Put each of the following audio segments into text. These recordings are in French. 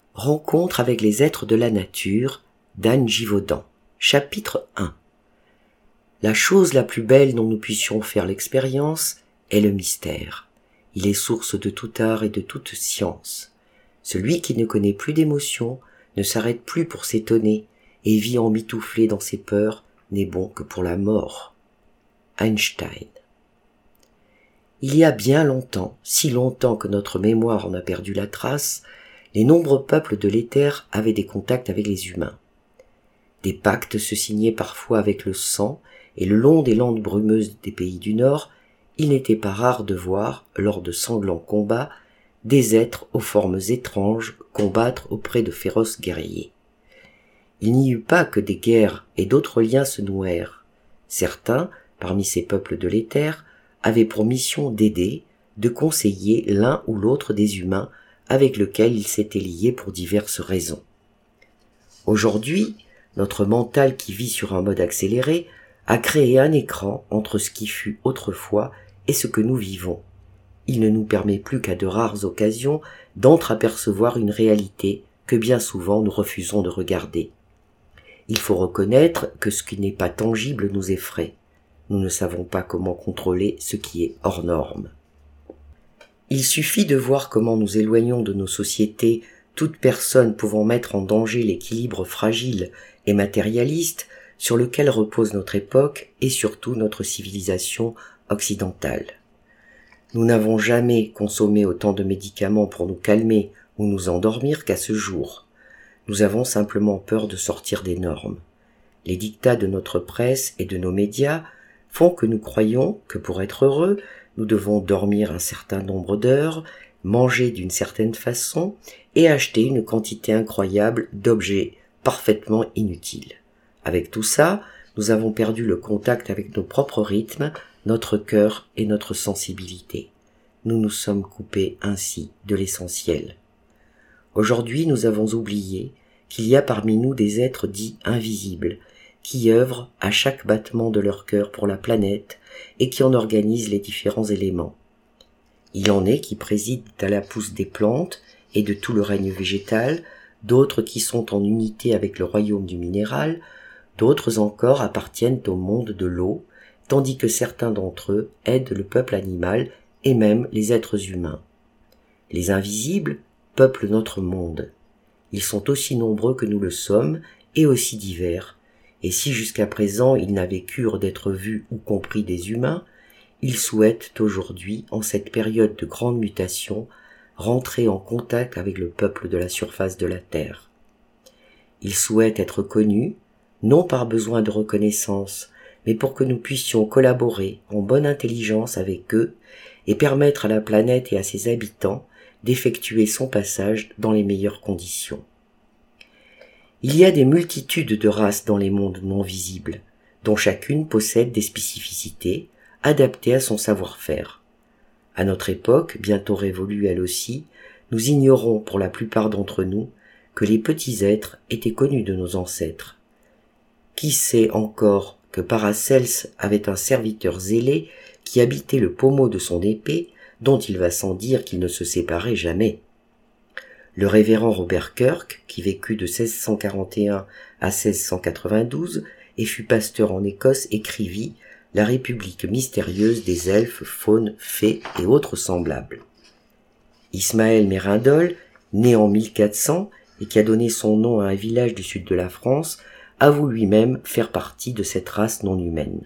Rencontre avec les êtres de la nature d'Anne Givaudan. Chapitre 1. La chose la plus belle dont nous puissions faire l'expérience est le mystère. Il est source de tout art et de toute science. Celui qui ne connaît plus d'émotion, ne s'arrête plus pour s'étonner et vit emmitouflé dans ses peurs, n'est bon que pour la mort. Einstein. Il y a bien longtemps, si longtemps que notre mémoire en a perdu la trace, les nombreux peuples de l'éther avaient des contacts avec les humains. Des pactes se signaient parfois avec le sang, et le long des landes brumeuses des pays du Nord, il n'était pas rare de voir, lors de sanglants combats, des êtres aux formes étranges combattre auprès de féroces guerriers. Il n'y eut pas que des guerres et d'autres liens se nouèrent. Certains, parmi ces peuples de l'éther, avaient pour mission d'aider, de conseiller l'un ou l'autre des humains avec lequel ils s'étaient liés pour diverses raisons. Aujourd'hui, notre mental qui vit sur un mode accéléré a créé un écran entre ce qui fut autrefois et ce que nous vivons. Il ne nous permet plus qu'à de rares occasions d'entreapercevoir une réalité que bien souvent nous refusons de regarder. Il faut reconnaître que ce qui n'est pas tangible nous effraie. Nous ne savons pas comment contrôler ce qui est hors norme. Il suffit de voir comment nous éloignons de nos sociétés toute personne pouvant mettre en danger l'équilibre fragile et matérialiste sur lequel repose notre époque et surtout notre civilisation occidentale. Nous n'avons jamais consommé autant de médicaments pour nous calmer ou nous endormir qu'à ce jour. Nous avons simplement peur de sortir des normes. Les dictats de notre presse et de nos médias font que nous croyons que pour être heureux, nous devons dormir un certain nombre d'heures, manger d'une certaine façon et acheter une quantité incroyable d'objets parfaitement inutiles. Avec tout ça, nous avons perdu le contact avec nos propres rythmes, notre cœur et notre sensibilité. Nous nous sommes coupés ainsi de l'essentiel. Aujourd'hui, nous avons oublié qu'il y a parmi nous des êtres dits invisibles, qui œuvrent à chaque battement de leur cœur pour la planète et qui en organisent les différents éléments. Il en est qui président à la pousse des plantes et de tout le règne végétal, d'autres qui sont en unité avec le royaume du minéral, d'autres encore appartiennent au monde de l'eau, tandis que certains d'entre eux aident le peuple animal et même les êtres humains. Les invisibles peuplent notre monde. Ils sont aussi nombreux que nous le sommes et aussi divers. Et si jusqu'à présent ils n'avaient cure d'être vus ou compris des humains, ils souhaitent aujourd'hui, en cette période de grande mutation, rentrer en contact avec le peuple de la surface de la Terre. Ils souhaitent être connus, non par besoin de reconnaissance, mais pour que nous puissions collaborer en bonne intelligence avec eux et permettre à la planète et à ses habitants d'effectuer son passage dans les meilleures conditions. Il y a des multitudes de races dans les mondes non visibles, dont chacune possède des spécificités adaptées à son savoir-faire. À notre époque, bientôt révolue elle aussi, nous ignorons pour la plupart d'entre nous que les petits êtres étaient connus de nos ancêtres. Qui sait encore que Paracelse avait un serviteur zélé qui habitait le pommeau de son épée, dont il va sans dire qu'il ne se séparait jamais. Le révérend Robert Kirk, qui vécut de 1641 à 1692 et fut pasteur en Écosse, écrivit « La République mystérieuse des elfes, faunes, fées et autres semblables ». Ismaël Mérindol, né en 1400 et qui a donné son nom à un village du sud de la France, avoue lui-même faire partie de cette race non humaine.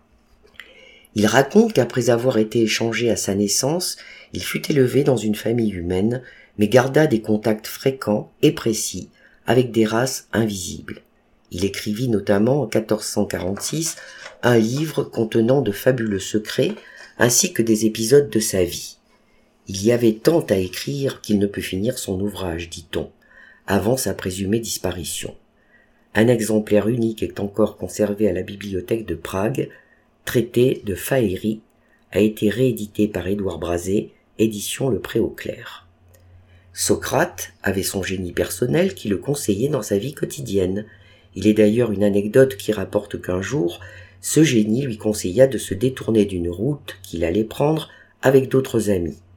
Il raconte qu'après avoir été échangé à sa naissance, il fut élevé dans une famille humaine, mais garda des contacts fréquents et précis avec des races invisibles. Il écrivit notamment en 1446 un livre contenant de fabuleux secrets ainsi que des épisodes de sa vie. Il y avait tant à écrire qu'il ne peut finir son ouvrage, dit-on, avant sa présumée disparition. Un exemplaire unique est encore conservé à la bibliothèque de Prague. Traité de Fahérie a été réédité par Édouard Brazé, édition Le Pré aux Clercs. Socrate avait son génie personnel qui le conseillait dans sa vie quotidienne. Il est d'ailleurs une anecdote qui rapporte qu'un jour, ce génie lui conseilla de se détourner d'une route qu'il allait prendre avec d'autres amis.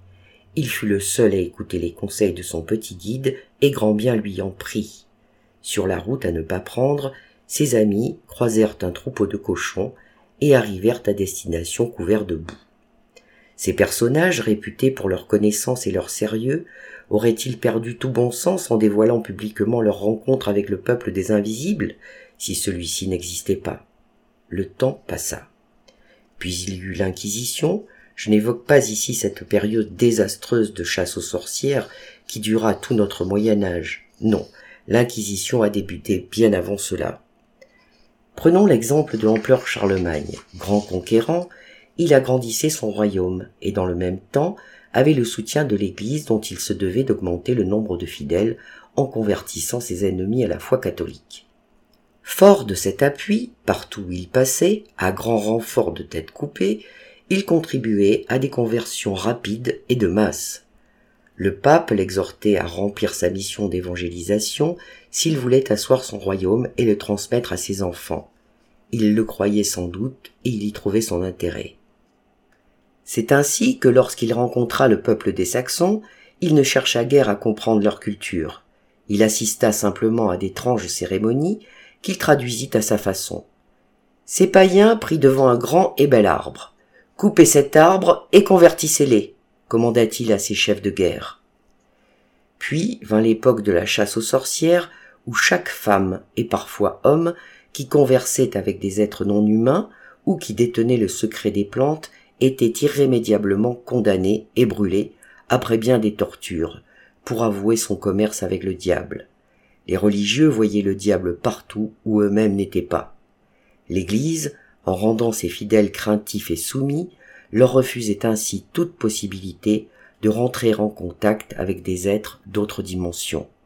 Il fut le seul à écouter les conseils de son petit guide, et grand bien lui en prit. Sur la route à ne pas prendre, ses amis croisèrent un troupeau de cochons et arrivèrent à destination couverts de boue. Ces personnages, réputés pour leur connaissance et leur sérieux, auraient-ils perdu tout bon sens en dévoilant publiquement leur rencontre avec le peuple des invisibles, si celui-ci n'existait pas? Le temps passa. Puis il y eut l'Inquisition. Je n'évoque pas ici cette période désastreuse de chasse aux sorcières qui dura tout notre Moyen-Âge. Non, l'Inquisition a débuté bien avant cela. Prenons l'exemple de l'empereur Charlemagne. Grand conquérant, il agrandissait son royaume et dans le même temps avait le soutien de l'Église dont il se devait d'augmenter le nombre de fidèles en convertissant ses ennemis à la foi catholique. Fort de cet appui, partout où il passait, à grand renfort de têtes coupées, il contribuait à des conversions rapides et de masse. Le pape l'exhortait à remplir sa mission d'évangélisation s'il voulait asseoir son royaume et le transmettre à ses enfants. Il le croyait sans doute et il y trouvait son intérêt. C'est ainsi que lorsqu'il rencontra le peuple des Saxons, il ne chercha guère à comprendre leur culture. Il assista simplement à d'étranges cérémonies qu'il traduisit à sa façon. Ces païens prit devant un grand et bel arbre. « Coupez cet arbre et convertissez-les », commanda-t-il à ses chefs de guerre. Puis vint l'époque de la chasse aux sorcières, où chaque femme, et parfois homme, qui conversait avec des êtres non humains ou qui détenait le secret des plantes, était irrémédiablement condamné et brûlé, après bien des tortures, pour avouer son commerce avec le diable. Les religieux voyaient le diable partout où eux-mêmes n'étaient pas. L'Église, en rendant ses fidèles craintifs et soumis, leur refusait ainsi toute possibilité de rentrer en contact avec des êtres d'autres dimensions.